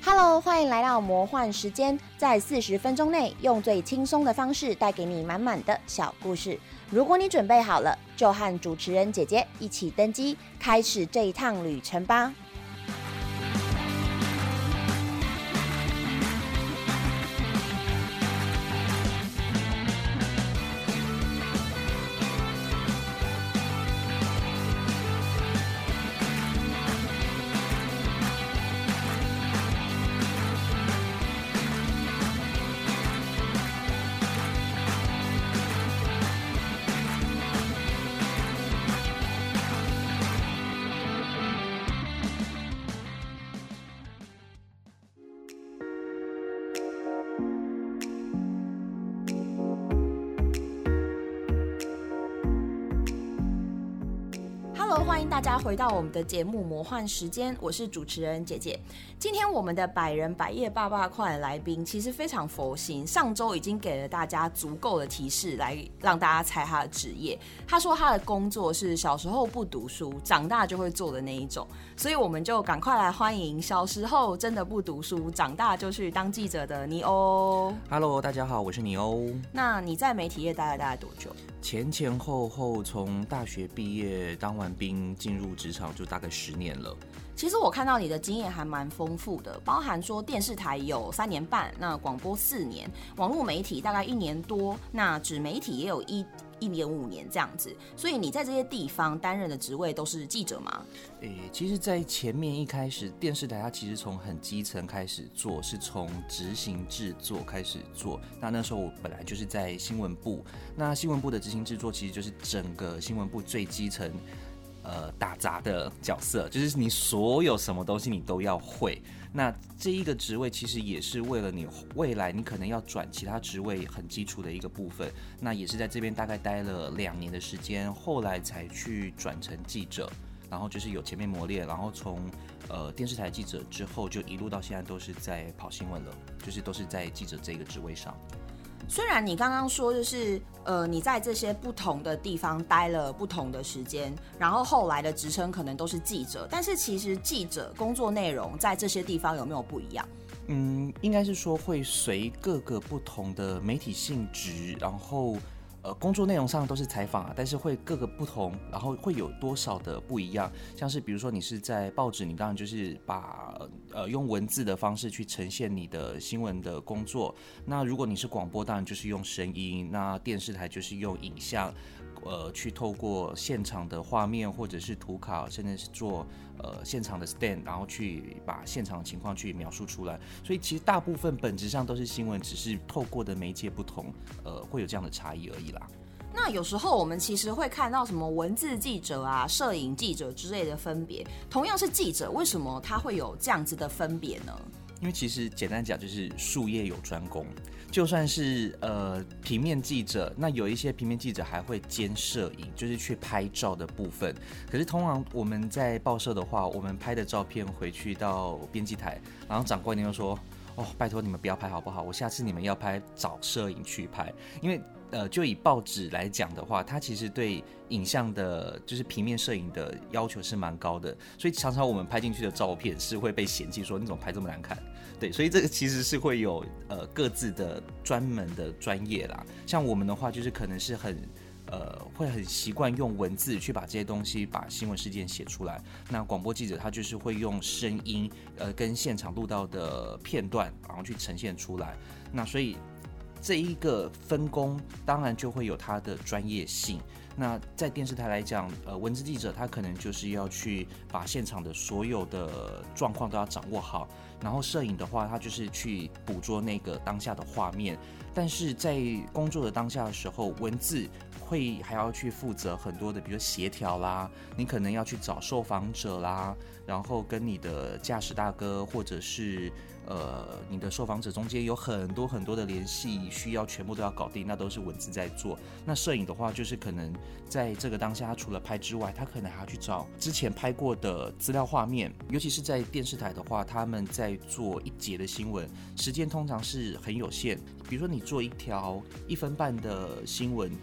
Hello， 欢迎来到魔幻时间，在40分钟内用最轻松的方式带给你满满的小故事。如果你准备好了，就和主持人姐姐一起登机，开始这一趟旅程吧。欢迎大家回到我们的节目《魔幻时间》，我是主持人姐姐。今天我们的百人百业爸爸快的来宾其实非常佛心，上周已经给了大家足够的提示来让大家猜他的职业。他说他的工作是小时候不读书，长大就会做的那一种，所以我们就赶快来欢迎小时候真的不读书，长大就去当记者的尼欧。 Hello， 大家好，我是尼欧。 那你在媒体业大概多久？ 前后从大学毕业当完兵进入职场就大概10年了。 其实我看到你的经验还蛮丰富的，包含说电视台有3年半，那广播4年，网络媒体大概1年多，那纸媒体也有1.5年这样子。所以你在这些地方担任的职位都是记者吗？ 其实在前面一开始电视台它其实从很基层开始做，是从执行制作开始做。那时候我本来就是在新闻部，那新闻部的执行制作其实就是整个新闻部最基层打杂的角色，就是你所有什么东西你都要会。那这一个职位其实也是为了你未来你可能要转其他职位很基础的一个部分。那也是在这边大概待了2年的时间，后来才去转成记者，然后就是有前面磨练，然后从电视台记者之后就一路到现在都是在跑新闻了，就是都是在记者这个职位上。 虽然你刚刚说就是你在这些不同的地方待了不同的时间，然后后来的职称可能都是记者，但是其实记者工作内容在这些地方有没有不一样？ 应该是说会随各个不同的媒体性质，然后工作内容上都是采访但是会各个不同，然后会有多少的不一样。像是比如说你是在报纸，你当然就是把用文字的方式去呈现你的新闻的工作。那如果你是广播，当然就是用声音。那电视台就是用影像，去透过现场的画面或者是图卡，甚至是做现场的 stand， 然后去把现场的情况去描述出来。所以其实大部分本质上都是新闻，只是透过的媒介不同，会有这样的差异而已啦。 那有时候我们其实会看到什么文字记者啊、摄影记者之类的分别。同样是记者，为什么他会有这样子的分别呢？ 因为其实简单讲就是术业有专攻，就算是平面记者，那有一些平面记者还会兼摄影，就是去拍照的部分。可是通常我们在报社的话，我们拍的照片回去到编辑台，然后长官就说：“哦，拜托你们不要拍好不好？我下次你们要拍找摄影去拍。”因为就以报纸来讲的话，它其实对影像的，就是平面摄影的要求是蛮高的，所以常常我们拍进去的照片是会被嫌弃说你怎么拍这么难看。对，所以这个其实是会有各自的专门的专业啦。像我们的话，就是可能是会很习惯用文字去把这些东西，把新闻事件写出来。那广播记者他就是会用声音，跟现场录到的片段，然后去呈现出来。那所以这一个分工当然就会有它的专业性。那在电视台来讲，文字记者他可能就是要去把现场的所有的状况都要掌握好，然后摄影的话，他就是去捕捉那个当下的画面。但是在工作的当下的时候，文字还要去负责很多的，比如协调啦，你可能要去找受访者啦，然后跟你的驾驶大哥或者是你的受访者中间有很多很多的联系，需要全部都要搞定，那都是文字在做。那摄影的话，就是可能在这个当下，他除了拍之外，他可能还要去找之前拍过的资料画面。尤其是在电视台的话，他们在做一节的新闻，时间通常是很有限。比如说你做一条1分半的新闻，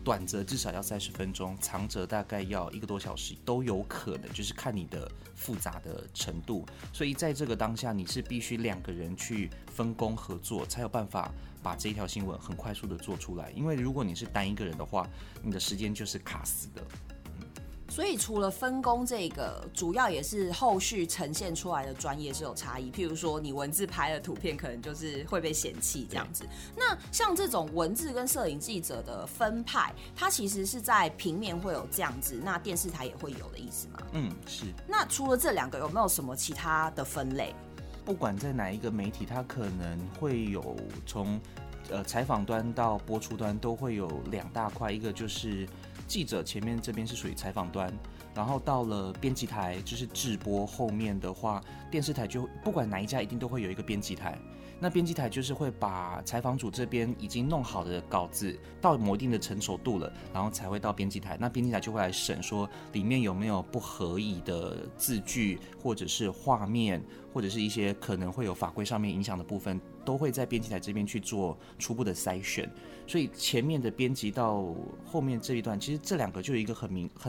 短则至少要30分钟，长则大概要1个多小时都有可能，就是看你的复杂的程度。所以在这个当下，你是必须2个人去分工合作，才有办法把这一条新闻很快速的做出来。因为如果你是单一个人的话，你的时间就是卡死的。 所以除了分工这个，主要也是后续呈现出来的专业是有差异。譬如说，你文字拍的图片可能就是会被嫌弃这样子。那像这种文字跟摄影记者的分派，它其实是在平面会有这样子，那电视台也会有的意思吗？ 是。 那除了这2个，有没有什么其他的分类？ 不管在哪一个媒体，它可能会有从采访端到播出端都会有2大块，一个就是记者前面这边是属于采访端，然后到了编辑台就是制播，后面的话电视台就不管哪一家一定都会有一个编辑台。那编辑台就是会把采访组这边已经弄好的稿子到某一定的成熟度了，然后才会到编辑台。那编辑台就会来审说里面有没有不合宜的字句，或者是画面，或者是一些可能会有法规上面影响的部分，都会在编辑台这边去做初步的筛选。所以前面的编辑到后面这一段，其实这2个就有一个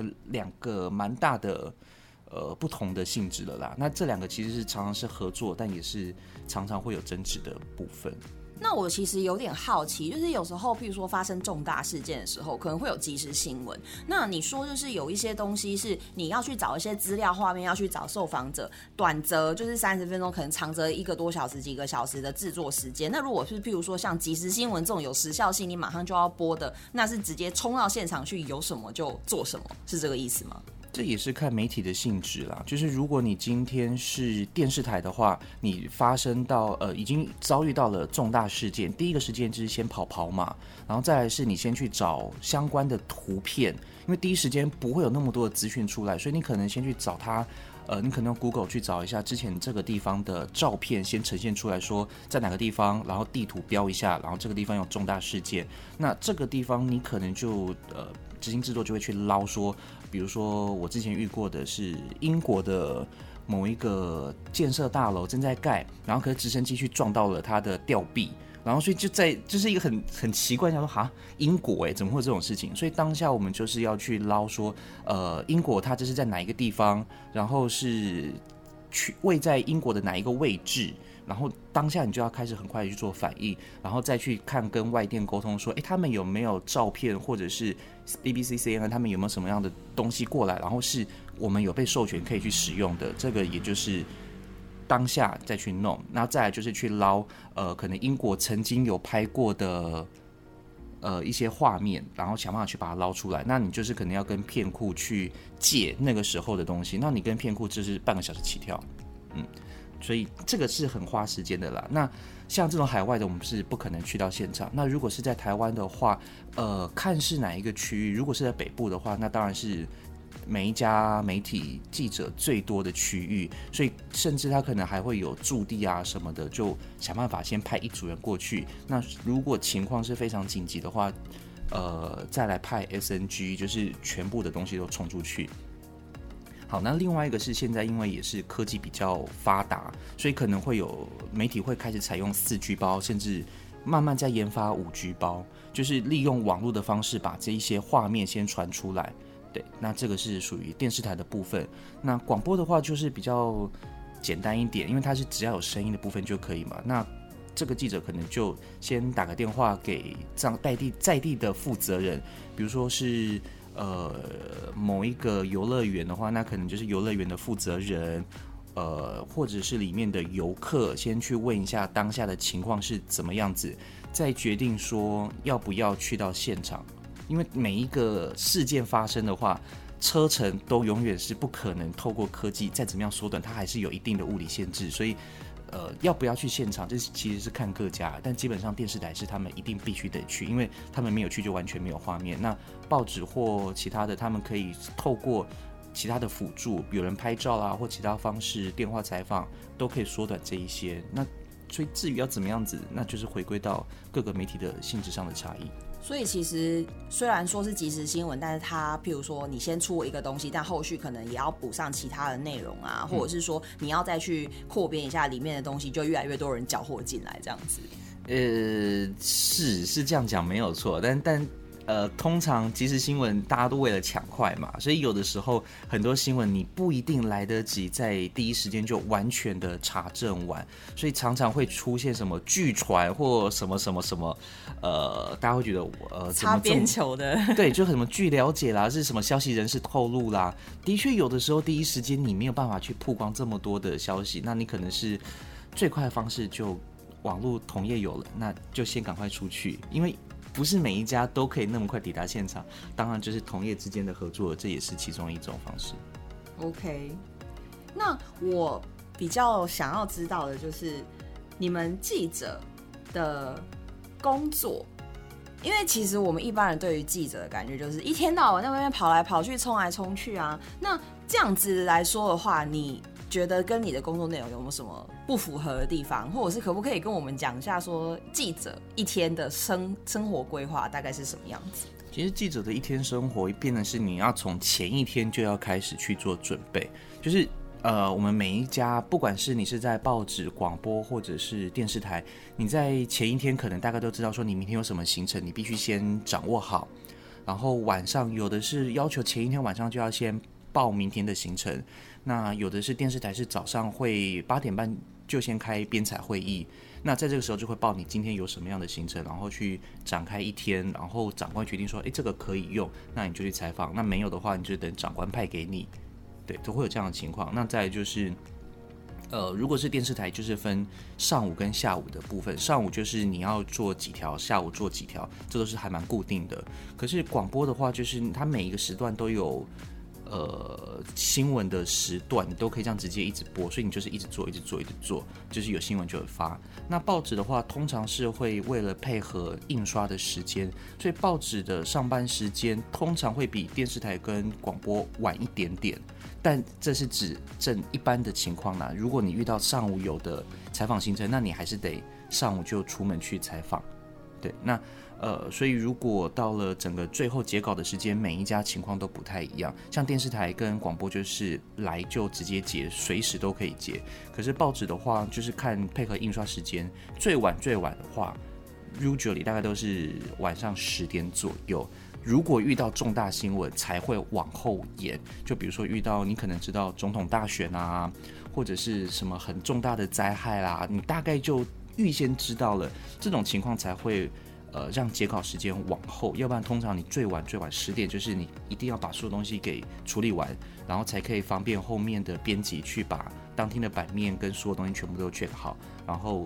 2个蛮大的不同的性质了啦。那这2个其实是常常是合作，但也是常常会有争执的部分。 那我其实有点好奇，就是有时候譬如说发生重大事件的时候，可能会有即时新闻。那你说就是有一些东西是你要去找一些资料画面，要去找受访者，短则就是30分钟，可能长则1个多小时、几个小时的制作时间。那如果是譬如说像即时新闻这种有时效性，你马上就要播的，那是直接冲到现场去，有什么就做什么，是这个意思吗？ 这也是看媒体的性质啦，就是如果你今天是电视台的话，你发生到已经遭遇到了重大事件，第一个时间就是先跑马，然后再来是你先去找相关的图片，因为第一时间不会有那么多的资讯出来，所以你可能先去找它。你可能用 Google 去找一下之前这个地方的照片，先呈现出来说在哪个地方，然后地图标一下，然后这个地方有重大事件。那这个地方你可能就执行制作就会去捞说，比如说我之前遇过的是英国的某一个建设大楼正在盖，然后可是直升机去撞到了它的吊臂。然后所以就是一个很奇怪，想说哈，英国怎么会有这种事情？所以当下我们就是要去捞说，英国它这是在哪一个地方，然后是位在英国的哪一个位置，然后当下你就要开始很快去做反应，然后再去看跟外电沟通说，他们有没有照片或者是 BBC、CNN 他们有没有什么样的东西过来，然后是我们有被授权可以去使用的，这个也就是当下再去弄。然后再来就是去捞可能英国曾经有拍过的一些画面，然后想办法去把它捞出来。那你就是可能要跟片库去借那个时候的东西，那你跟片库就是半个小时起跳，所以这个是很花时间的啦。那像这种海外的，我们是不可能去到现场。那如果是在台湾的话，看是哪一个区域。如果是在北部的话，那当然是每一家媒体记者最多的区域，所以甚至他可能还会有驻地啊什么的，就想办法先派一组人过去。那如果情况是非常紧急的话，再来派 SNG， 就是全部的东西都冲出去。好，那另外一个是现在因为也是科技比较发达，所以可能会有媒体会开始采用4G 包，甚至慢慢在研发5G 包，就是利用网络的方式把这一些画面先传出来。对，那这个是属于电视台的部分。那广播的话就是比较简单一点，因为它是只要有声音的部分就可以嘛。那这个记者可能就先打个电话给在地的负责人，比如说是某一个游乐园的话，那可能就是游乐园的负责人，或者是里面的游客，先去问一下当下的情况是怎么样子，再决定说要不要去到现场。因为每一个事件发生的话，车程都永远是不可能透过科技再怎么样缩短，它还是有一定的物理限制，所以要不要去现场，这其实是看各家，但基本上电视台是他们一定必须得去，因为他们没有去就完全没有画面。那报纸或其他的，他们可以透过其他的辅助，有人拍照啦，或其他方式，电话采访都可以缩短这一些。那所以至于要怎么样子，那就是回归到各个媒体的性质上的差异。 所以其实虽然说是即时新闻，但是它譬如说你先出一个东西，但后续可能也要补上其他的内容啊，或者是说你要再去扩编一下里面的东西，就越来越多人搅和进来这样子。 是这样讲没有错，但通常即时新闻大家都为了抢快嘛，所以有的时候很多新闻你不一定来得及在第一时间就完全的查证完，所以常常会出现什么据传或什么什么什么，大家会觉得擦边球的， 对，就什么据了解啦，是什么消息人士透露啦，的确有的时候第一时间你没有办法去曝光这么多的消息，那你可能是最快的方式就网络同业有了，那就先赶快出去，因为不是每一家都可以那么快抵达现场，当然就是同业之间的合作，这也是其中一种方式。 OK， 那我比较想要知道的就是你们记者的工作，因为其实我们一般人对于记者的感觉就是一天到晚在外面跑来跑去、冲来冲去啊。那这样子来说的话，你觉得跟你的工作内容有没有什么不符合的地方，或者是可不可以跟我们讲一下，说记者一天的生活规划大概是什么样子？ 其实记者的一天生活变成是你要从前一天就要开始去做准备，就是我们每一家，不管是你是在报纸、广播或者是电视台，你在前一天可能大概都知道说你明天有什么行程，你必须先掌握好。然后晚上有的是要求前一天晚上就要先报明天的行程，那有的是电视台是早上会8点半就先开编采会议，那在这个时候就会报你今天有什么样的行程，然后去展开一天，然后长官决定说，这个可以用，那你就去采访，那没有的话，你就等长官派给你，对，都会有这样的情况。那再来就是，如果是电视台，就是分上午跟下午的部分，上午就是你要做几条，下午做几条，这都是还蛮固定的。可是广播的话，就是它每一个时段都有。新闻的时段你都可以这样直接一直播，所以你就是一直做，就是有新闻就有发。那报纸的话，通常是会为了配合印刷的时间，所以报纸的上班时间通常会比电视台跟广播晚一点点，但这是指正一般的情况啦。如果你遇到上午有的采访行程，那你还是得上午就出门去采访。对，那所以如果到了整个最后截稿的时间，每一家情况都不太一样。像电视台跟广播就是来就直接截，随时都可以截。可是报纸的话，就是看配合印刷时间，最晚的话 ，usually 大概都是晚上10点左右。如果遇到重大新闻，才会往后延。就比如说遇到你可能知道总统大选啊，或者是什么很重大的灾害啦，你大概就预先知道了，这种情况才会让截稿时间往后，要不然通常你最晚10点，就是你一定要把所有东西给处理完，然后才可以方便后面的编辑去把当天的版面跟所有东西全部都 check 好，然后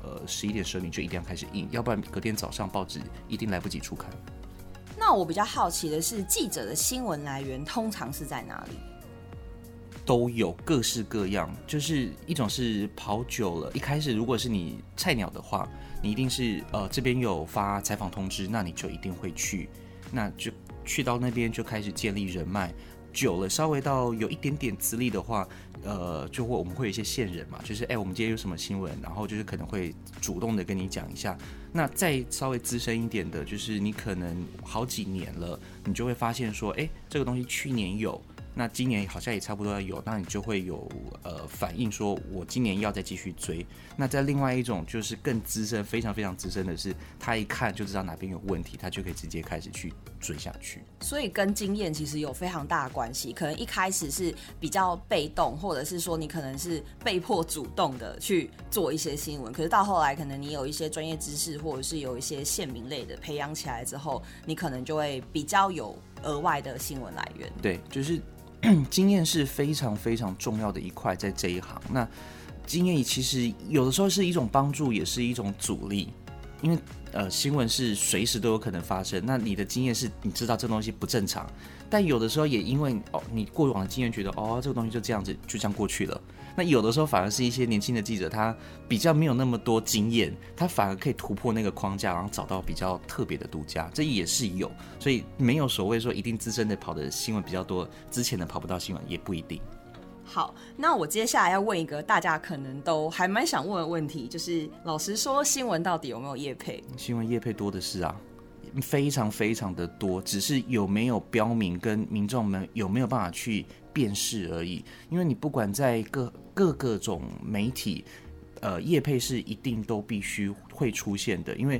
11点12点就一定要开始印，要不然隔天早上报纸一定来不及出刊。 那我比较好奇的是，记者的新闻来源通常是在哪里？ 都有各式各样，就是一种是跑久了，一开始如果是你菜鸟的话，你一定是这边有发采访通知，那你就一定会去，那就去到那边就开始建立人脉，久了稍微到有一点点资历的话，我们会有一些线人嘛，就是我们今天有什么新闻，然后就是可能会主动的跟你讲一下。那再稍微资深一点的，就是你可能好几年了，你就会发现说，这个东西去年有。那今年好像也差不多要有，那你就会有反应说，我今年要再继续追。那在另外一种就是更资深，非常非常资深的是，他一看就知道哪边有问题，他就可以直接开始去追下去。 所以跟经验其实有非常大的关系。可能一开始是比较被动，或者是说你可能是被迫主动的去做一些新闻，可是到后来可能你有一些专业知识，或者是有一些县民类的培养起来之后，你可能就会比较有额外的新闻来源。 对，就是经验是非常非常重要的一块，在这一行。那经验其实有的时候是一种帮助，也是一种阻力，因为新闻是随时都有可能发生。那你的经验是你知道这东西不正常，但有的时候也因为你过往的经验觉得这个东西就这样子，就这样过去了。那有的时候反而是一些年轻的记者，他比较没有那么多经验，他反而可以突破那个框架，然后找到比较特别的独家，这也是有。所以没有所谓说一定资深的跑的新闻比较多，之前的跑不到新闻也不一定。 好，那我接下来要问一个大家可能都还蛮想问的问题，就是老实说，新闻到底有没有业配？ 新闻业配多的是啊，非常非常的多，只是有没有标明跟民众们有没有办法去辨识而已。因为你不管在各种媒体，业配是一定都必须会出现的，因为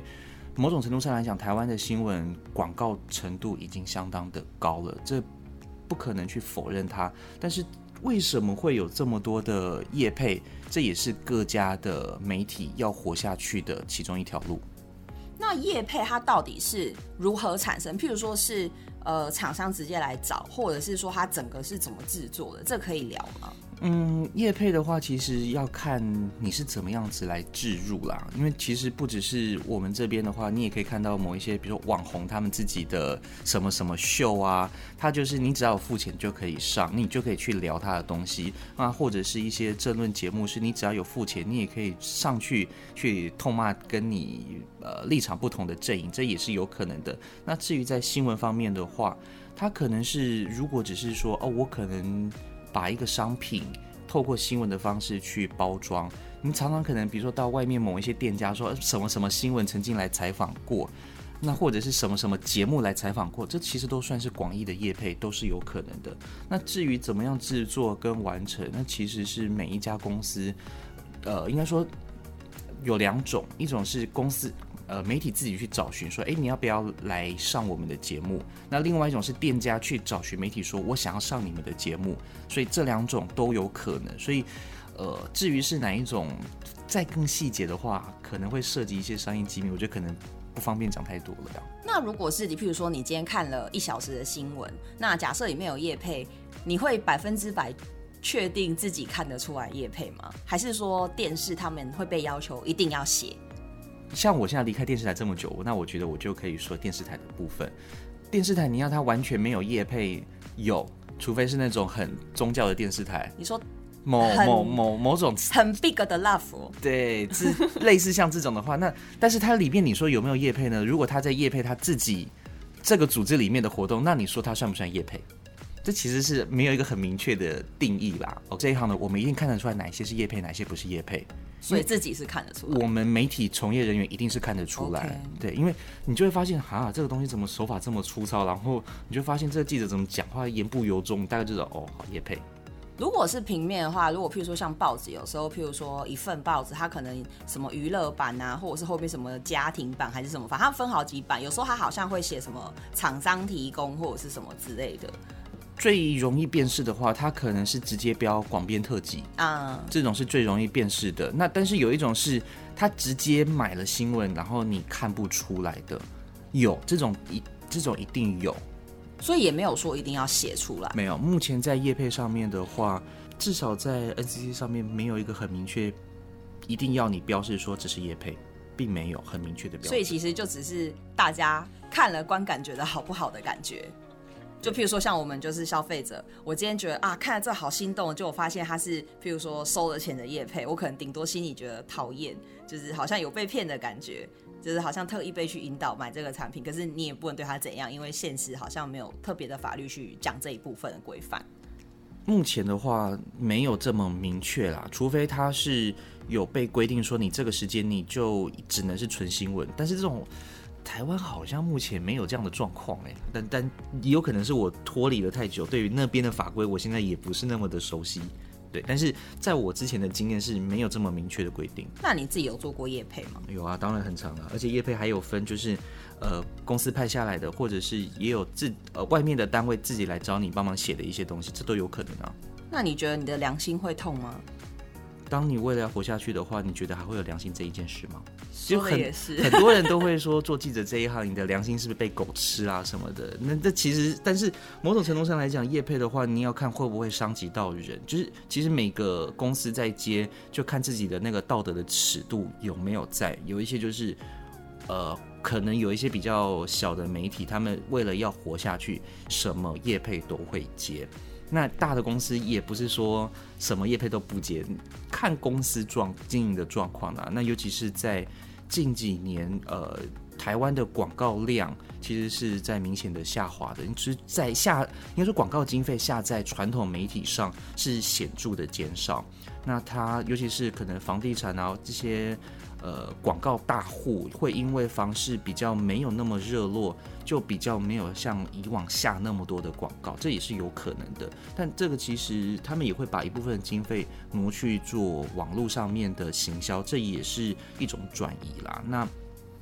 某种程度上来讲，台湾的新闻广告程度已经相当的高了，这不可能去否认它。但是为什么会有这么多的业配？这也是各家的媒体要活下去的其中一条路。 那业配它到底是如何产生？譬如说是厂商直接来找，或者是说它整个是怎么制作的，这可以聊吗？ 业配的话，其实要看你是怎么样子来置入啦。因为其实不只是我们这边的话，你也可以看到某一些，比如说网红他们自己的什么什么秀啊，它就是你只要有付钱就可以上，你就可以去聊他的东西啊，或者是一些政论节目，是你只要有付钱，你也可以上去痛骂跟你立场不同的阵营，这也是有可能的。那至于在新闻方面的话，它可能是如果只是说我可能把一个商品透过新闻的方式去包装，你常常可能比如说到外面某一些店家说什么什么新闻曾经来采访过，那或者是什么什么节目来采访过，这其实都算是广义的业配，都是有可能的。那至于怎么样制作跟完成，那其实是每一家公司应该说有两种，一种是公司媒体自己去找寻说，你要不要来上我们的节目？那另外一种是店家去找寻媒体说，我想要上你们的节目。所以这两种都有可能。所以至于是哪一种，再更细节的话，可能会涉及一些商业机密，我觉得可能不方便讲太多了。 那如果是你，譬如说你今天看了1小时的新闻，那假设里面有业配，你会100%确定自己看得出来业配吗？还是说电视他们会被要求一定要写？ 像我现在离开电视台这么久，那我觉得我就可以说电视台的部分，电视台你要它完全没有业配，有，除非是那种很宗教的电视台。 你说某种很 big 的 love， 对，类似像这种的话，那但是它里面你说有没有业配呢？如果他在业配他自己这个组织里面的活动，那你说他算不算业配？这其实是没有一个很明确的定义啦。这一行呢，我们一定看得出来哪些是业配，哪些不是业配。 所以自己是看得出来， 我们媒体从业人员一定是看得出来。Okay. 对，因为你就会发现这个东西怎么手法这么粗糙，然后你就发现这个记者怎么讲话言不由衷，大概就是好业配。 如果是平面的话，如果譬如说像报纸，有时候譬如说一份报纸，它可能什么娱乐版啊，或者是后面什么家庭版还是什么，反正它分好几版，有时候它好像会写什么厂商提供或者是什么之类的。 最容易辨识的话，它可能是直接标广编特辑这种是最容易辨识的。那但是有一种是他直接买了新闻，然后你看不出来的，有这种一定有， 所以也没有说一定要写出来。 没有，目前在业配上面的话，至少在 NCC 上面没有一个很明确，一定要你标示说这是业配，并没有很明确的标示。 所以其实就只是大家看了观感觉得好不好的感觉。就譬如说像我们就是消费者，我今天觉得看了这好心动，就我发现他是譬如说收了钱的业配，我可能顶多心里觉得讨厌，就是好像有被骗的感觉，就是好像特意被去引导买这个产品，可是你也不能对他怎样，因为现实好像没有特别的法律去讲这一部分的规范。 目前的话没有这么明确啦，除非他是有被规定说你这个时间你就只能是纯新闻，但是这种台湾好像目前没有这样的状况但也有可能是我脱离了太久，对于那边的法规我现在也不是那么的熟悉，对，但是在我之前的经验是没有这么明确的规定。 那你自己有做过业配吗？ 有啊，当然很长啊，而且业配还有分就是公司派下来的，或者是也有外面的单位自己来找你帮忙写的一些东西，这都有可能啊。 那你觉得你的良心会痛吗？ 当你为了要活下去的话，你觉得还会有良心这一件事吗？ 说的也是， 很多人都会说做记者这一行，你的良心是不是被狗吃啊什么的？那这其实，但是某种程度上来讲，业配的话，你要看会不会伤及到人。就是其实每个公司在接，就看自己的那个道德的尺度有没有在。有一些就是可能有一些比较小的媒体，他们为了要活下去，什么业配都会接。那大的公司也不是说什么业配都不接，看公司经营的状况啦。那尤其是在近几年，台湾的广告量其实是在明显的下滑的，就是应该说广告经费下在传统媒体上是显著的减少。那它尤其是可能房地产啊这些广告大户会因为房市比较没有那么热络，就比较没有像以往下那么多的广告，这也是有可能的。但这个其实他们也会把一部分的经费挪去做网络上面的行销，这也是一种转移啦。那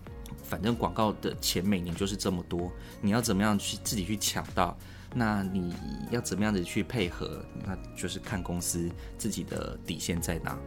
反正广告的钱每年就是这么多，你要怎么样去自己去抢到？那你要怎么样子去配合？那就是看公司自己的底线在哪。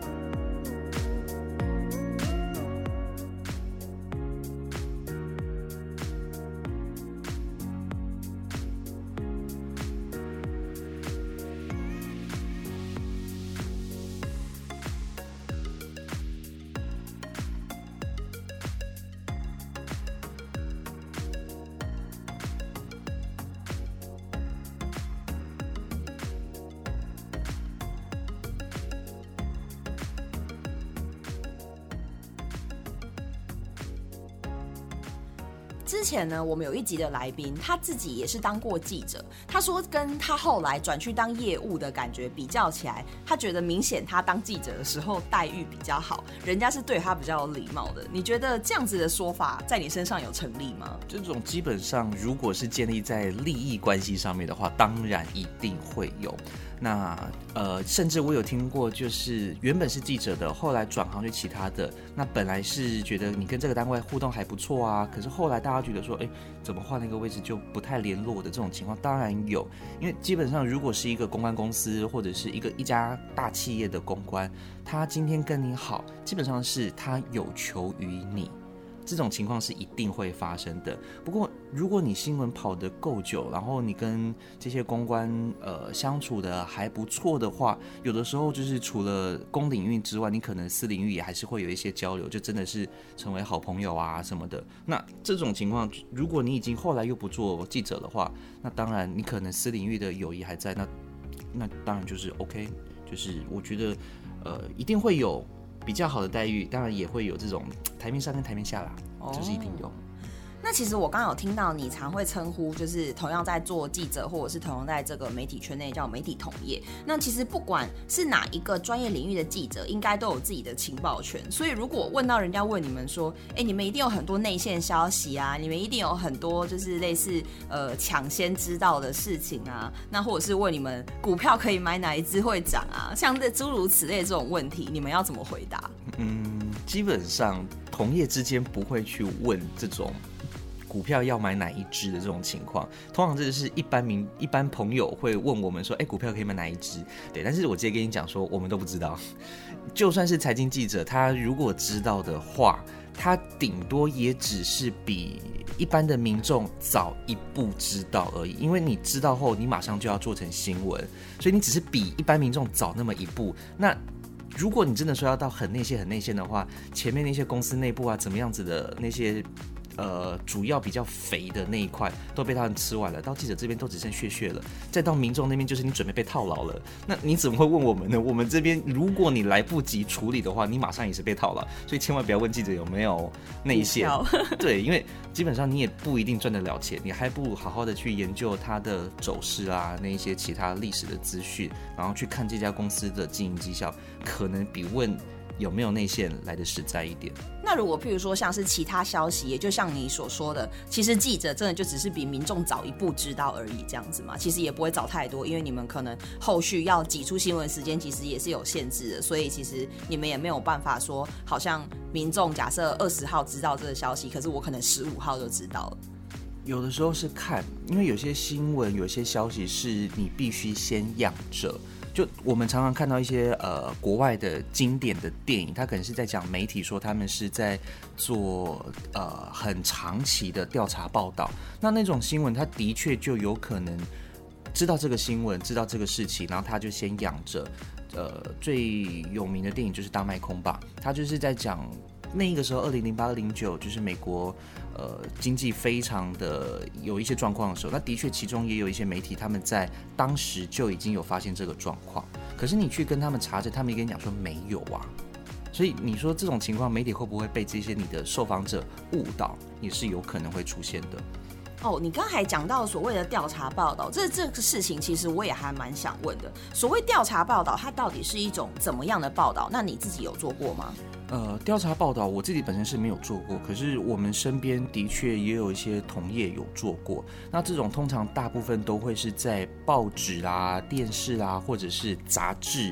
之前呢，我们有一集的来宾，他自己也是当过记者。他说，跟他后来转去当业务的感觉比较起来，他觉得明显他当记者的时候待遇比较好，人家是对他比较有礼貌的。你觉得这样子的说法在你身上有成立吗？ 这种基本上，如果是建立在利益关系上面的话，当然一定会有。那甚至我有听过，就是原本是记者的，后来转行去其他的。那本来是觉得你跟这个单位互动还不错啊，可是后来大家觉得说，怎么换了一个位置就不太联络的这种情况，当然有。因为基本上，如果是一个公关公司或者是一家大企业的公关，他今天跟你好，基本上是他有求于你。这种情况是一定会发生的。不过，如果你新闻跑得够久，然后你跟这些公关相处的还不错的话，有的时候就是除了公领域之外，你可能私领域也还是会有一些交流，就真的是成为好朋友啊什么的。那这种情况，如果你已经后来又不做记者的话，那当然你可能私领域的友谊还在，那当然就是 OK， 就是我觉得一定会有比较好的待遇，当然也会有这种台面上跟台面下啦，就是一定有。 那其实我刚刚有听到你常会称呼，就是同样在做记者，或者是同样在这个媒体圈内叫媒体同业。那其实不管是哪一个专业领域的记者，应该都有自己的情报权。所以如果问到人家问你们说，你们一定有很多内线消息啊，你们一定有很多就是类似抢先知道的事情啊，那或者是问你们股票可以买哪一支会涨啊，像这诸如此类这种问题，你们要怎么回答？ 基本上同业之间不会去问这种股票要买哪一支的这种情况，通常这是一般朋友会问我们说，股票可以买哪一支？对，但是我直接跟你讲说，我们都不知道。就算是财经记者，他如果知道的话，他顶多也只是比一般的民众早一步知道而已。因为你知道后，你马上就要做成新闻，所以你只是比一般民众早那么一步。那如果你真的说要到很内线的话，前面那些公司内部啊，怎么样子的那些主要比较肥的那一块都被他们吃完了，到记者这边都只剩血了，再到民众那边就是你准备被套牢了。那你怎么会问我们呢？我们这边如果你来不及处理的话，你马上也是被套牢，所以千万不要问记者有没有内线。对，因为基本上你也不一定赚得了钱，你还不如好好的去研究它的走势啊，那一些其他历史的资讯，然后去看这家公司的经营绩效，可能比问有没有内线来的实在一点。 那如果譬如说像是其他消息，也就像你所说的，其实记者真的就只是比民众早一步知道而已，这样子嘛，其实也不会早太多，因为你们可能后续要挤出新闻时间，其实也是有限制的，所以其实你们也没有办法说，好像民众假设20号知道这个消息，可是我可能15号就知道了。 有的时候是看，因为有些新闻、有些消息是你必须先养着。就我们常常看到一些国外的经典的电影，它可能是在讲媒体说他们是在做很长期的调查报道，那种新闻，它的确就有可能知道这个新闻，知道这个事情，然后他就先养着。最有名的电影就是《大卖空》吧，他就是在讲那一个时候2008、2009，就是美国经济非常的有一些状况的时候，那的确其中也有一些媒体他们在当时就已经有发现这个状况，可是你去跟他们查证，他们也跟你讲说没有啊。所以你说这种情况，媒体会不会被这些你的受访者误导，也是有可能会出现的。 你刚才讲到所谓的调查报道，这个事情其实我也还蛮想问的。所谓调查报道，它到底是一种怎么样的报道？那你自己有做过吗？ 调查报道我自己本身是没有做过，可是我们身边的确也有一些同业有做过。那这种通常大部分都会是在报纸啊、电视啊，或者是杂志，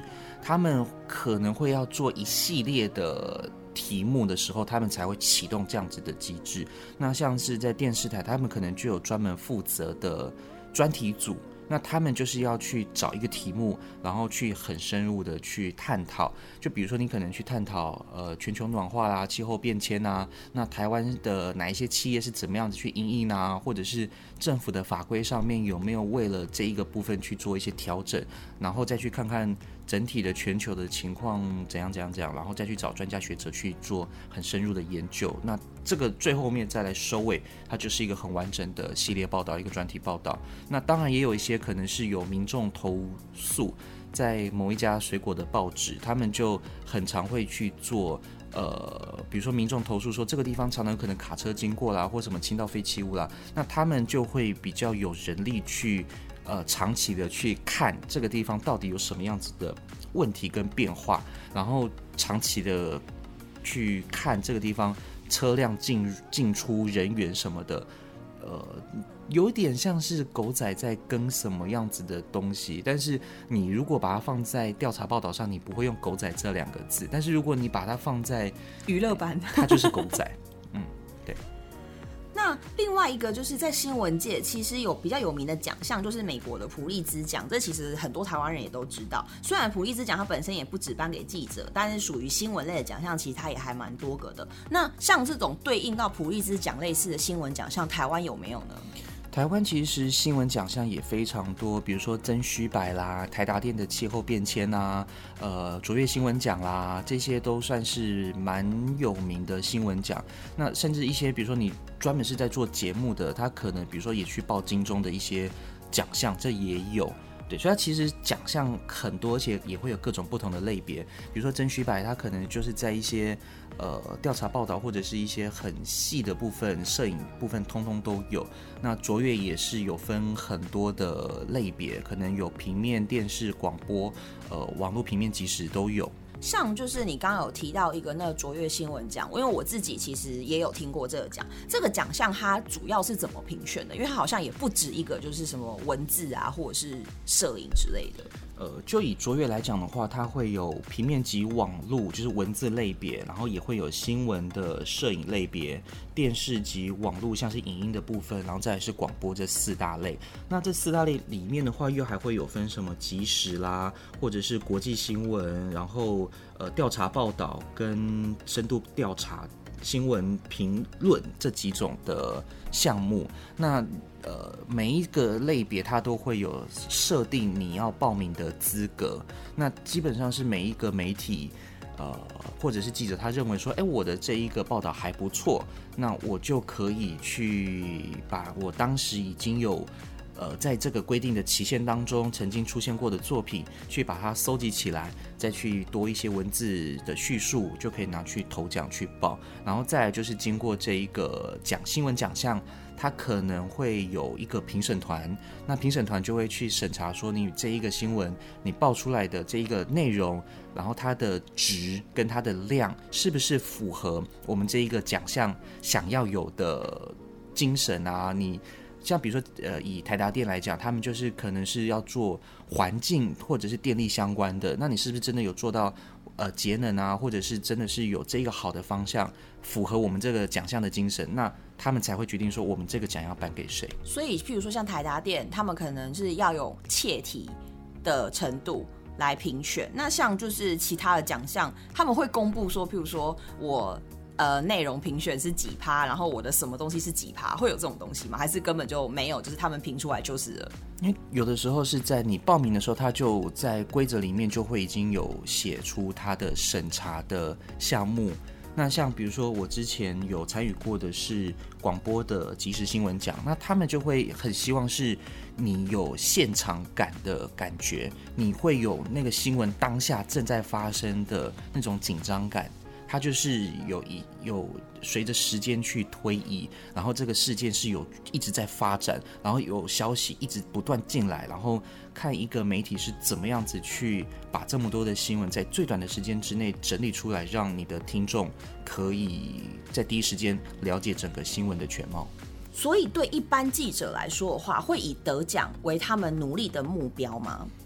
他们可能会要做一系列的题目的时候，他们才会启动这样子的机制。那像是在电视台，他们可能就有专门负责的专题组，那他们就是要去找一个题目，然后去很深入的去探讨。就比如说你可能去探讨全球暖化啦、气候变迁啊，那台湾的哪一些企业是怎么样子去因应啊，或者是政府的法规上面有没有为了这一个部分去做一些调整，然后再去看看整体的全球的情况怎样，然后再去找专家学者去做很深入的研究。那这个最后面再来收尾，它就是一个很完整的系列报道，一个专题报道。那当然也有一些可能是有民众投诉，在某一家水果的报纸，他们就很常会去做比如说民众投诉说这个地方常常可能卡车经过啦，或什么倾倒废弃物啦，那他们就会比较有人力去长期的去看这个地方到底有什么样子的问题跟变化，然后长期的去看这个地方车辆进出人员什么的，有点像是狗仔在跟什么样子的东西，但是你如果把它放在调查报道上，你不会用狗仔这2个字，但是如果你把它放在娱乐版， 它就是狗仔。对。 那另外一个就是在新闻界，其实有比较有名的奖项，就是美国的普利兹奖。这其实很多台湾人也都知道。虽然普利兹奖它本身也不只颁给记者，但是属于新闻类的奖项，其实它也还蛮多个的。那像这种对应到普利兹奖类似的新闻奖项，台湾有没有呢？ 台湾其实新闻奖项也非常多，比如说曾虚白啦、台达电的气候变迁啊、卓越新闻奖啦，这些都算是蛮有名的新闻奖。那甚至一些比如说你专门是在做节目的，他可能比如说也去报金钟的一些奖项，这也有。对，所以它其实奖项很多，而且也会有各种不同的类别。比如说曾虚白，他可能就是在一些调查报道或者是一些很细的部分、摄影部分，通通都有。那卓越也是有分很多的类别，可能有平面、电视、广播、网络平面、即时都有。 像就是你刚刚有提到一个那个卓越新闻奖，因为我自己其实也有听过这个奖。这个奖项它主要是怎么评选的？因为它好像也不止一个，就是什么文字啊，或者是摄影之类的。 就以卓越来讲的话，它会有平面及网路，就是文字类别，然后也会有新闻的摄影类别，电视及网路像是影音的部分，然后再来是广播这4大类。那这4大类里面的话，又还会有分什么即时啦，或者是国际新闻，然后调查报道跟深度调查、新闻评论这几种的项目。那每一个类别它都会有设定你要报名的资格，那基本上是每一个媒体或者是记者他认为说，我的这一个报道还不错，那我就可以去把我当时已经有在这个规定的期限当中曾经出现过的作品去把它搜集起来，再去多一些文字的叙述，就可以拿去投奖去报。然后再来就是经过这一个新闻奖项，它可能会有一个评审团，那评审团就会去审查说你这一个新闻你报出来的这一个内容，然后它的值跟它的量是不是符合我们这一个奖项想要有的精神啊。你像比如说以台达电来讲，他们就是可能是要做环境或者是电力相关的，那你是不是真的有做到节能啊，或者是真的是有这个好的方向符合我们这个奖项的精神，那他们才会决定说我们这个奖要颁给谁。 所以譬如说像台达电，他们可能是要有切题的程度来评选，那像就是其他的奖项他们会公布说譬如说我内容评选是几%，然后我的什么东西是几%，会有这种东西吗？还是根本就没有，就是他们评出来就是了？ 因为有的时候是在你报名的时候，他就在规则里面就会已经有写出他的审查的项目。那像比如说我之前有参与过的是广播的即时新闻奖，那他们就会很希望是你有现场感的感觉，你会有那个新闻当下正在发生的那种紧张感。它就是有随着时间去推移，然后这个事件是有一直在发展，然后有消息一直不断进来，然后看一个媒体是怎么样子去把这么多的新闻在最短的时间之内整理出来，让你的听众可以在第一时间了解整个新闻的全貌。 所以对一般记者来说的话，会以得奖为他们努力的目标吗？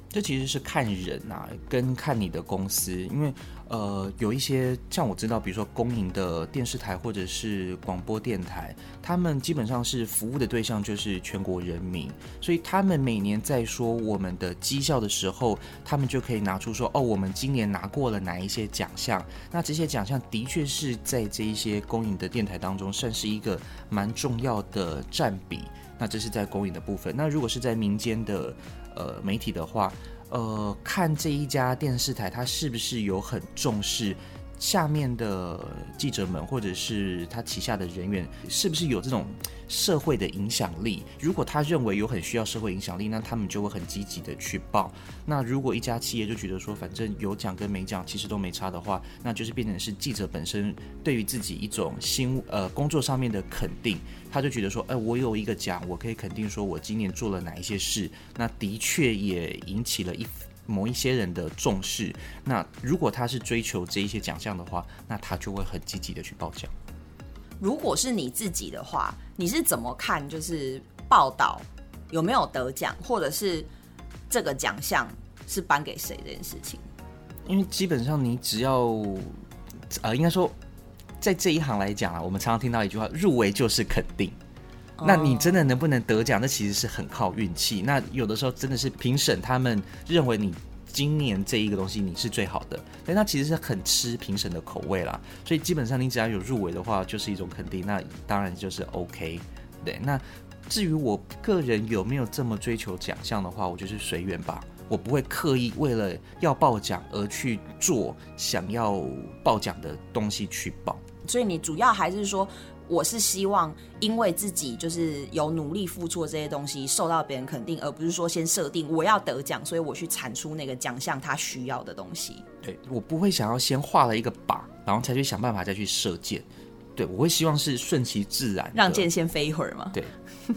这其实是看人啊，跟看你的公司，因为有一些像我知道，比如说公营的电视台或者是广播电台，他们基本上是服务的对象就是全国人民，所以他们每年在说我们的绩效的时候，他们就可以拿出说，我们今年拿过了哪一些奖项，那这些奖项的确是在这一些公营的电台当中算是一个蛮重要的占比。那这是在公营的部分。那如果是在民间的媒体的话，看这一家电视台它是不是有很重视下面的记者们，或者是他旗下的人员是不是有这种社会的影响力。如果他认为有很需要社会影响力，那他们就会很积极的去报。那如果一家企业就觉得说反正有奖跟没奖其实都没差的话，那就是变成是记者本身对于自己一种工作上面的肯定，他就觉得说我有一个奖，我可以肯定说我今年做了哪一些事，那的确也引起了某一些人的重视。那如果他是追求这一些奖项的话，那他就会很积极的去报奖。 如果是你自己的话，你是怎么看就是报道有没有得奖，或者是这个奖项是颁给谁这件事情？ 因为基本上你只要应该说在这一行来讲啊，我们常常听到一句话，入围就是肯定。那你真的能不能得奖，那其实是很靠运气。那有的时候真的是评审他们认为你今年这一个东西你是最好的，但它其实是很吃评审的口味啦。所以基本上你只要有入围的话，就是一种肯定，那当然就是 OK。对，那至于我个人有没有这么追求奖项的话，我就是随缘吧。我不会刻意为了要报奖而去做想要报奖的东西去报。 所以你主要还是说，我是希望因为自己就是有努力付出的这些东西受到别人肯定，而不是说先设定我要得奖，所以我去产出那个奖项他需要的东西。 对，我不会想要先画了一个靶，然后才去想办法再去射箭。对，我会希望是顺其自然的， 让箭先飞一会儿嘛。 对。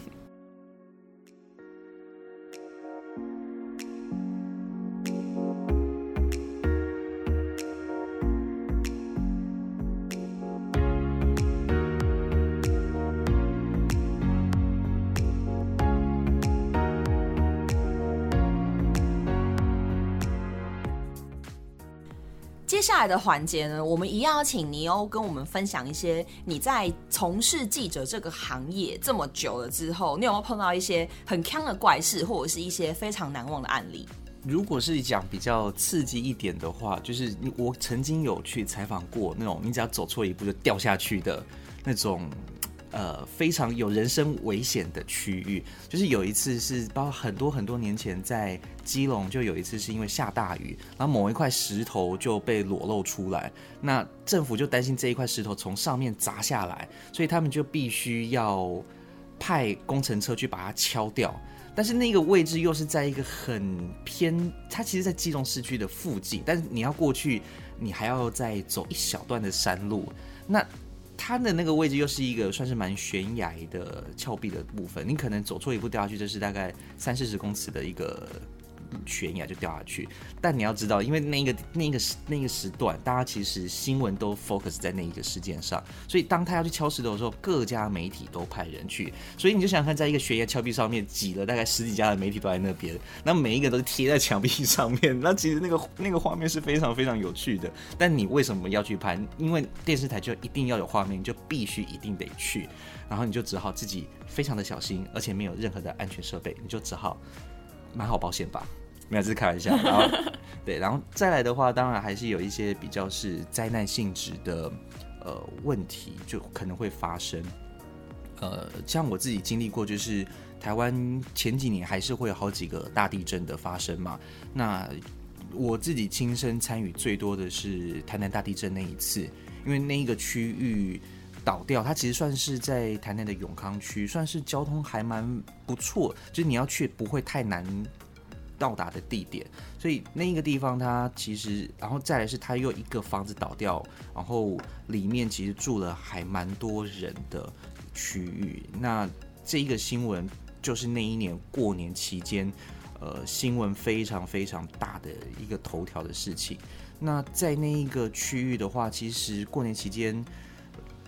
接下来的环节呢，我们一样要请尼欧跟我们分享一些你在从事记者这个行业这么久了之后，你有没有碰到一些很鏘的怪事，或者是一些非常难忘的案例？ 如果是讲比较刺激一点的话，就是我曾经有去采访过那种你只要走错一步就掉下去的那种非常有人身危险的区域。就是有一次是包括很多年前在基隆，就有一次是因为下大雨，然后某一块石头就被裸露出来，那政府就担心这一块石头从上面砸下来，所以他们就必须要派工程车去把它敲掉。但是那个位置又是在一个很偏，它其实在基隆市区的附近，但是你要过去你还要再走一小段的山路，那它的那个位置又是一个算是蛮悬崖的峭壁的部分，你可能走错一步掉下去，这是大概30-40公尺的一个悬崖就掉下去。但你要知道，因为那个时段，大家其实新闻都 focus 在那一个事件上，所以当他要去敲石头的时候，各家媒体都派人去。所以你就想想看，在一个悬崖峭壁上面挤了大概10几家的媒体都在那边，那每一个都是贴在墙壁上面，那其实那个画面是非常非常有趣的。但你为什么要去拍？因为电视台就一定要有画面，你就必须一定得去，然后你就只好自己非常的小心，而且没有任何的安全设备，你就只好买好保险吧。没有，这是开玩笑。然后对，然后再来的话，当然还是有一些比较是灾难性质的问题，就可能会发生。像我自己经历过，就是台湾前几年还是会有好几个大地震的发生嘛。那我自己亲身参与最多的是台南大地震那一次，因为那一个区域倒掉，它其实算是在台南的永康区，算是交通还蛮不错，就是你要去不会太难到达的地点，所以那一个地方它其实，然后再来是它又一个房子倒掉，然后里面其实住了还蛮多人的区域。那这一个新闻就是那一年过年期间，新闻非常非常大的一个头条的事情。那在那一个区域的话，其实过年期间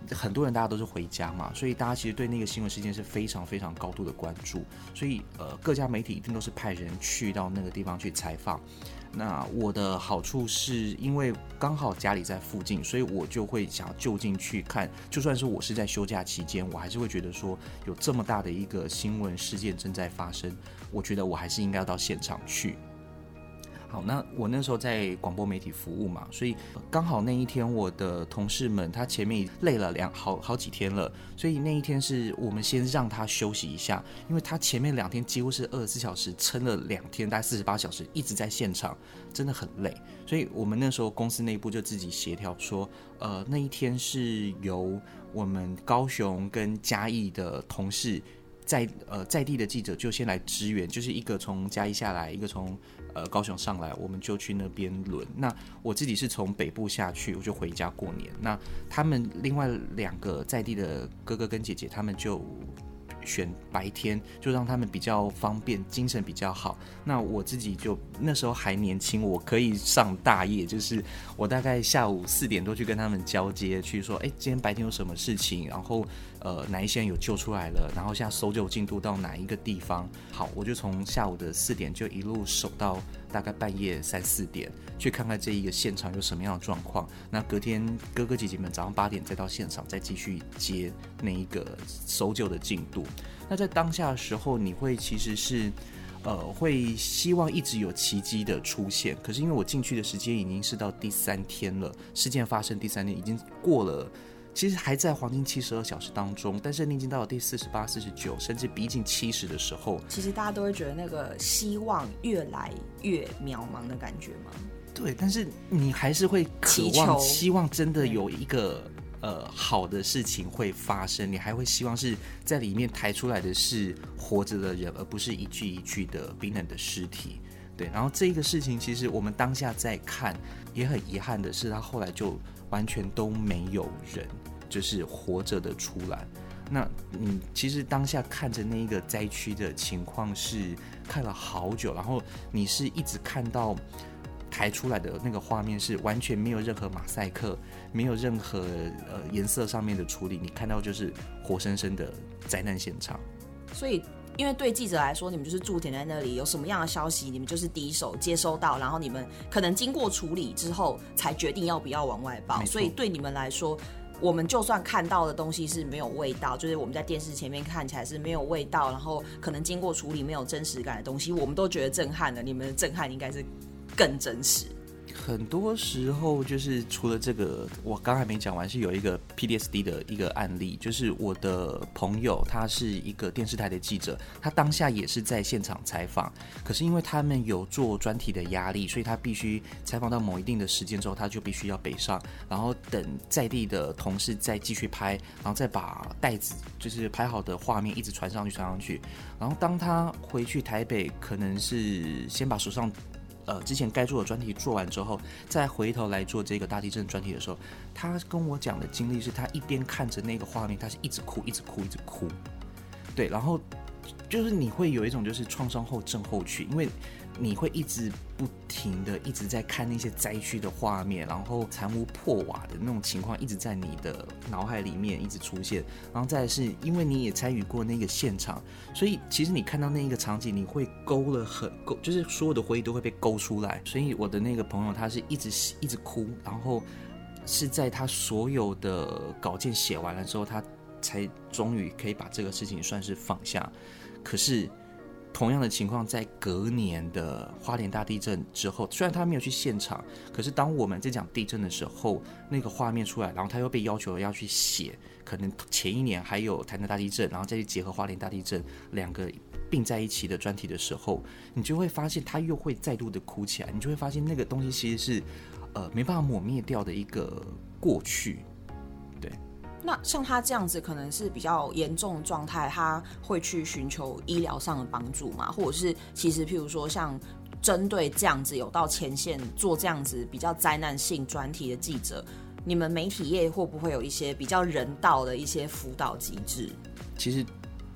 很多人大家都是回家嘛，所以大家其实对那个新闻事件是非常非常高度的关注，所以各家媒体一定都是派人去到那个地方去采访。那我的好处是因为刚好家里在附近，所以我就会想要就近去看，就算是我是在休假期间，我还是会觉得说有这么大的一个新闻事件正在发生，我觉得我还是应该要到现场去。好，那我那时候在广播媒体服务嘛，所以刚好那一天我的同事们他前面累了好几天了，所以那一天是我们先让他休息一下，因为他前面2天几乎是24小时撑了2天，大概48小时一直在现场，真的很累，所以我们那时候公司内部就自己协调说，那一天是由我们高雄跟嘉义的同事在地的记者就先来支援，就是一个从嘉义下来，一个从高雄上来，我们就去那边轮。那我自己是从北部下去，我就回家过年。那他们另外2个在地的哥哥跟姐姐，他们就选白天，就让他们比较方便，精神比较好。那我自己就那时候还年轻，我可以上大夜，就是我大概下午4点多去跟他们交接，去说，今天白天有什么事情，然后哪一些人有救出来了，然后现在搜救进度到哪一个地方。好，我就从下午的4点就一路守到大概半夜3、4点，去看看这一个现场有什么样的状况。那隔天哥哥姐姐们早上8点再到现场，再继续接那一个搜救的进度。那在当下的时候，你会其实是会希望一直有奇迹的出现，可是因为我进去的时间已经是到第3天了，事件发生第3天已经过了，其实还在黄金72小时当中，但是你已经到了第48、49，甚至逼近70的时候， 其实大家都会觉得那个希望越来越渺茫的感觉吗？ 对，但是你还是会渴望希望真的有一个好的事情会发生，你还会希望是在里面抬出来的是活着的人，而不是一具一具的冰冷的尸体。对，然后这个事情其实我们当下在看，也很遗憾的是，他后来就完全都没有人就是活着的出来。那你其实当下看着那个灾区的情况是看了好久，然后你是一直看到抬出来的那个画面是完全没有任何马赛克，没有任何颜色上面的处理，你看到就是活生生的灾难现场。 所以因为对记者来说，你们就是驻点在那里，有什么样的消息你们就是第一手接收到，然后你们可能经过处理之后才决定要不要往外报。所以对你们来说，我们就算看到的东西是没有味道，就是我们在电视前面看起来是没有味道，然后可能经过处理没有真实感的东西，我们都觉得震撼了。你们的震撼应该是更真实。 很多时候就是除了这个，我刚还没讲完，是有一个 PTSD 的一个案例，就是我的朋友，他是一个电视台的记者，他当下也是在现场采访，可是因为他们有做专题的压力，所以他必须采访到某一定的时间之后，他就必须要北上，然后等在地的同事再继续拍，然后再把袋子就是拍好的画面一直传上去，然后当他回去台北，可能是先把手上之前该做的专题做完之后，再回头来做这个大地震专题的时候，他跟我讲的经历是他一边看着那个画面，他是一直哭，对，然后就是你会有一种就是创伤后症候群，因为你会一直不停的一直在看那些灾区的画面，然后残屋破瓦的那种情况一直在你的脑海里面一直出现，然后再来是因为你也参与过那个现场，所以其实你看到那一个场景，你会就是所有的回忆都会被勾出来。所以我的那个朋友他是一直哭，然后是在他所有的稿件写完了之后，他才终于可以把这个事情算是放下。可是同样的情况在隔年的花莲大地震之后，虽然他没有去现场，可是当我们在讲地震的时候，那个画面出来，然后他又被要求要去写可能前一年还有台南大地震，然后再去结合花莲大地震2个并在一起的专题的时候，你就会发现他又会再度的哭起来，你就会发现那个东西其实是没办法抹灭掉的一个过去。对， 那像他这样子可能是比较严重的状态，他会去寻求医疗上的帮助吗？或者是其实譬如说像针对这样子有到前线做这样子比较灾难性专题的记者，你们媒体业会不会有一些比较人道的一些辅导机制？ 其实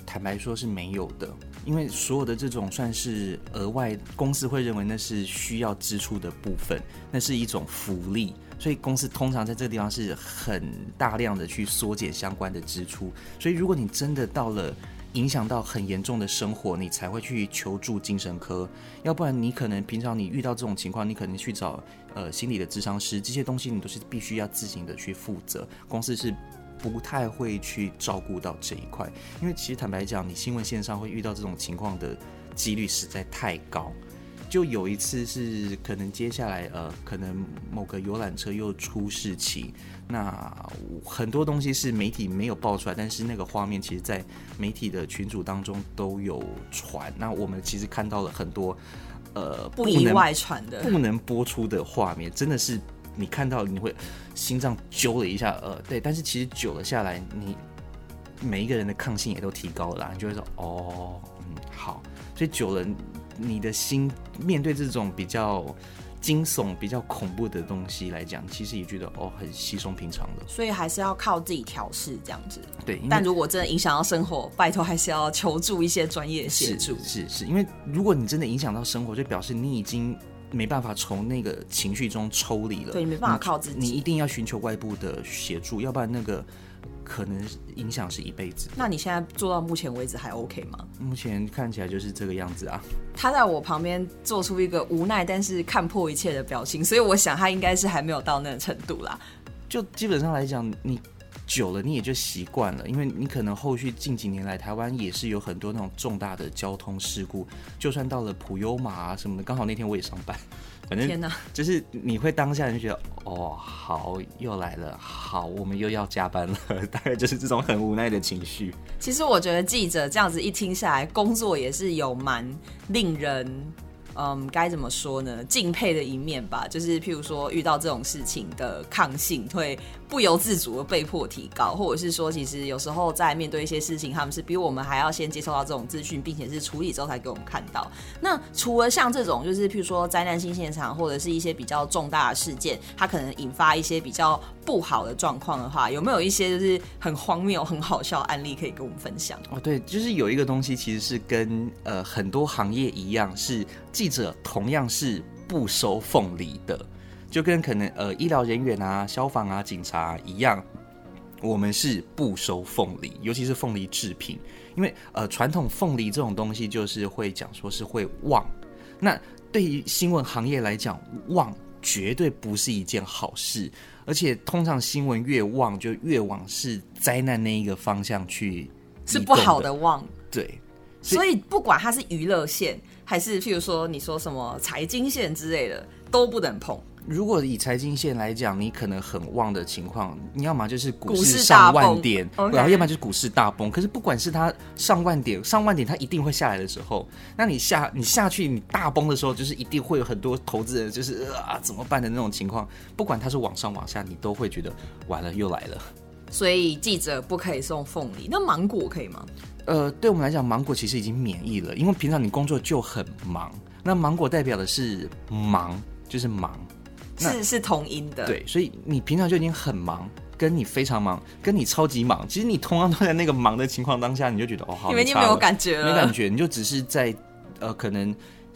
坦白说是没有的，因为所有的这种算是额外，公司会认为那是需要支出的部分，那是一种福利，所以公司通常在这个地方是很大量的去缩减相关的支出。所以如果你真的到了影响到很严重的生活，你才会去求助精神科，要不然你可能平常你遇到这种情况，你可能去找心理的咨商师，这些东西你都是必须要自行的去负责，公司是不太会去照顾到这一块，因为其实坦白讲，你新闻线上会遇到这种情况的几率实在太高。就有一次是可能接下来可能某个游览车又出事情，那很多东西是媒体没有爆出来，但是那个画面其实在媒体的群组当中都有传，那我们其实看到了很多不宜外传的不能播出的画面，真的是你看到你会心脏揪了一下，对，但是其实久了下来，你每一个人的抗性也都提高了啦，你就会说好，所以久了你的心面对这种比较惊悚、比较恐怖的东西来讲，其实也觉得很稀松平常的， 所以还是要靠自己调试这样子。 对， 但如果真的影响到生活，拜托还是要求助一些专业协助。 是，因为如果你真的影响到生活，就表示你已经没办法从那个情绪中抽离了， 对，你没办法靠自己， 你一定要寻求外部的协助，要不然那个可能影响是一辈子。 那你现在做到目前为止还 OK 吗？ 目前看起来就是这个样子啊。 他在我旁边做出一个无奈但是看破一切的表情，所以我想他应该是还没有到那个程度啦。 就基本上来讲，你久了你也就习惯了，因为你可能后续近几年来台湾也是有很多那种重大的交通事故，就算到了普悠玛啊什么的，刚好那天我也上班，反正就是你会当下就觉得好又来了，好我们又要加班了，大概就是这种很无奈的情绪。 其实我觉得记者这样子一听下来，工作也是有蛮令人该怎么说呢？敬佩的一面吧，就是譬如说遇到这种事情的抗性会不由自主的被迫提高，或者是说其实有时候在面对一些事情，他们是比我们还要先接受到这种资讯，并且是处理之后才给我们看到。那除了像这种就是譬如说灾难性现场或者是一些比较重大的事件，它可能引发一些比较不好的状况的话，有没有一些就是很荒谬很好笑的案例可以跟我们分享？ 对，就是有一个东西其实是跟很多行业一样，是记者同样是不收凤梨的，就跟可能医疗人员啊、消防啊、警察一样，我们是不收凤梨，尤其是凤梨制品，因为传统凤梨这种东西就是会讲说是会旺，那对于新闻行业来讲，旺绝对不是一件好事，而且通常新闻越旺就越往是灾难那一个方向去， 是不好的旺， 对。 所以不管它是娱乐线还是譬如说你说什么财经线之类的都不能碰。 如果以财经线来讲，你可能很旺的情况，你要么就是股市上万点，然后要么就是股市大崩。可是不管是它上万点它一定会下来的时候，那你下去你大崩的时候，就是一定会有很多投资人就是怎么办的那种情况。不管它是往上往下，你都会觉得完了又来了。 所以记者不可以送凤梨，那芒果可以吗？ 对我们来讲，芒果其实已经免疫了，因为平常你工作就很忙，那芒果代表的是忙，就是忙， 是同音的。 对，所以你平常就已经很忙，跟你非常忙，跟你超级忙，其实你同样都在那个忙的情况当下，你就觉得好， 你们已经没有感觉了， 没感觉，你就只是在可能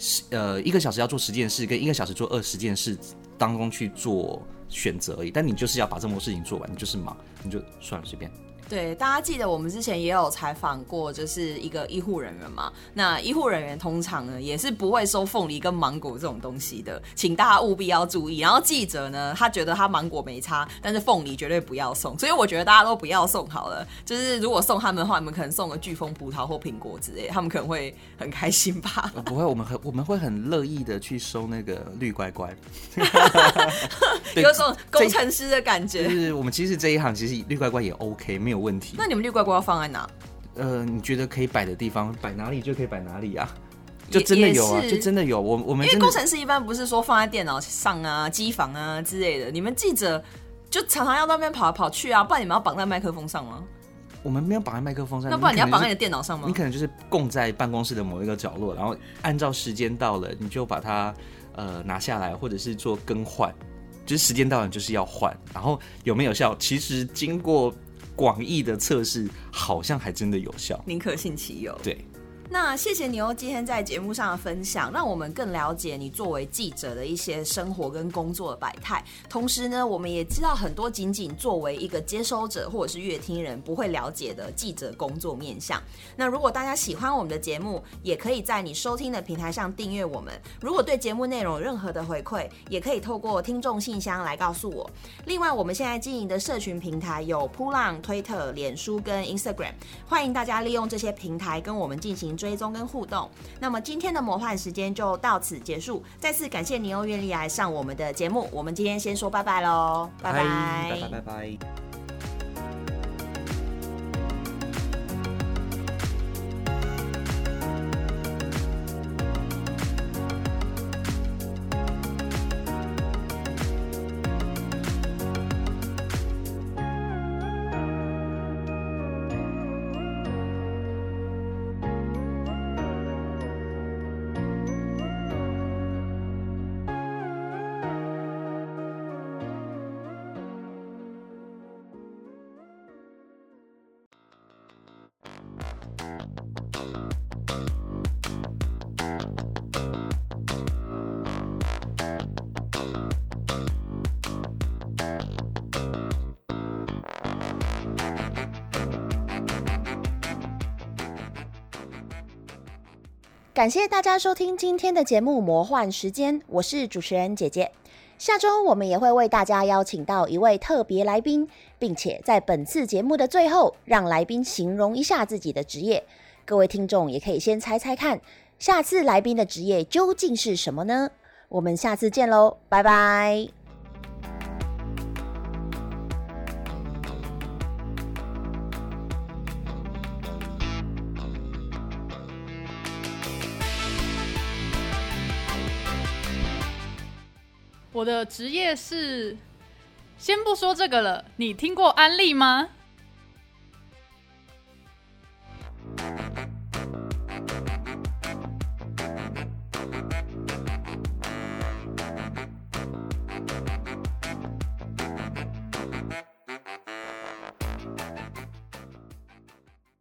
1个小时要做10件事，跟1个小时做20件事当中去做选择而已，但你就是要把这么多事情做完，你就是忙，你就算了，随便。 对，大家记得我们之前也有采访过，就是一个医护人员嘛。那医护人员通常呢也是不会收凤梨跟芒果这种东西的，请大家务必要注意。然后记者呢，他觉得他芒果没差，但是凤梨绝对不要送。所以我觉得大家都不要送好了。就是如果送他们的话，你们可能送个飓风葡萄或苹果之类的，他们可能会很开心吧。 不会，我们会很乐意的去收那个绿乖乖， 有种工程师的感觉。 就是我们其实这一行其实绿乖乖也 OK， 没有问题。 那你们绿乖乖要放在哪？ 你觉得可以摆的地方，摆哪里就可以摆哪里啊。就真的有啊，就真的有。我们因为工程师一般不是说放在电脑上啊、机房啊之类的，你们记者就常常要到那边跑来跑去啊，不然你们要绑在麦克风上吗？ 我们没有绑在麦克风上， 那不然你要绑在你的电脑上吗？ 你可能就是供在办公室的某一个角落，然后按照时间到了，你就把它拿下来，或者是做更换。就是时间到了，就是要换。然后有没有效？其实经过广义的测试好像还真的有效， 宁可信其有。 对。 那谢谢你今天在节目上的分享，让我们更了解你作为记者的一些生活跟工作的百态。同时呢，我们也知道很多仅仅作为一个接收者或者是乐听人不会了解的记者工作面向。那如果大家喜欢我们的节目，也可以在你收听的平台上订阅我们。如果对节目内容有任何的回馈，也可以透过听众信箱来告诉我。另外，我们现在经营的社群平台有噗浪、推特、脸书跟 Instagram， 欢迎大家利用这些平台跟我们进行追踪跟互动。那么今天的魔幻时间就到此结束，再次感谢你愿意来上我们的节目，我们今天先说拜拜咯，拜拜， 拜拜。 感谢大家收听今天的节目《魔幻时间》，我是主持人姐姐。下周我们也会为大家邀请到一位特别来宾，并且在本次节目的最后，让来宾形容一下自己的职业。各位听众也可以先猜猜看，下次来宾的职业究竟是什么呢？我们下次见喽，拜拜。 我的职业是，先不说这个了，你听过安利吗？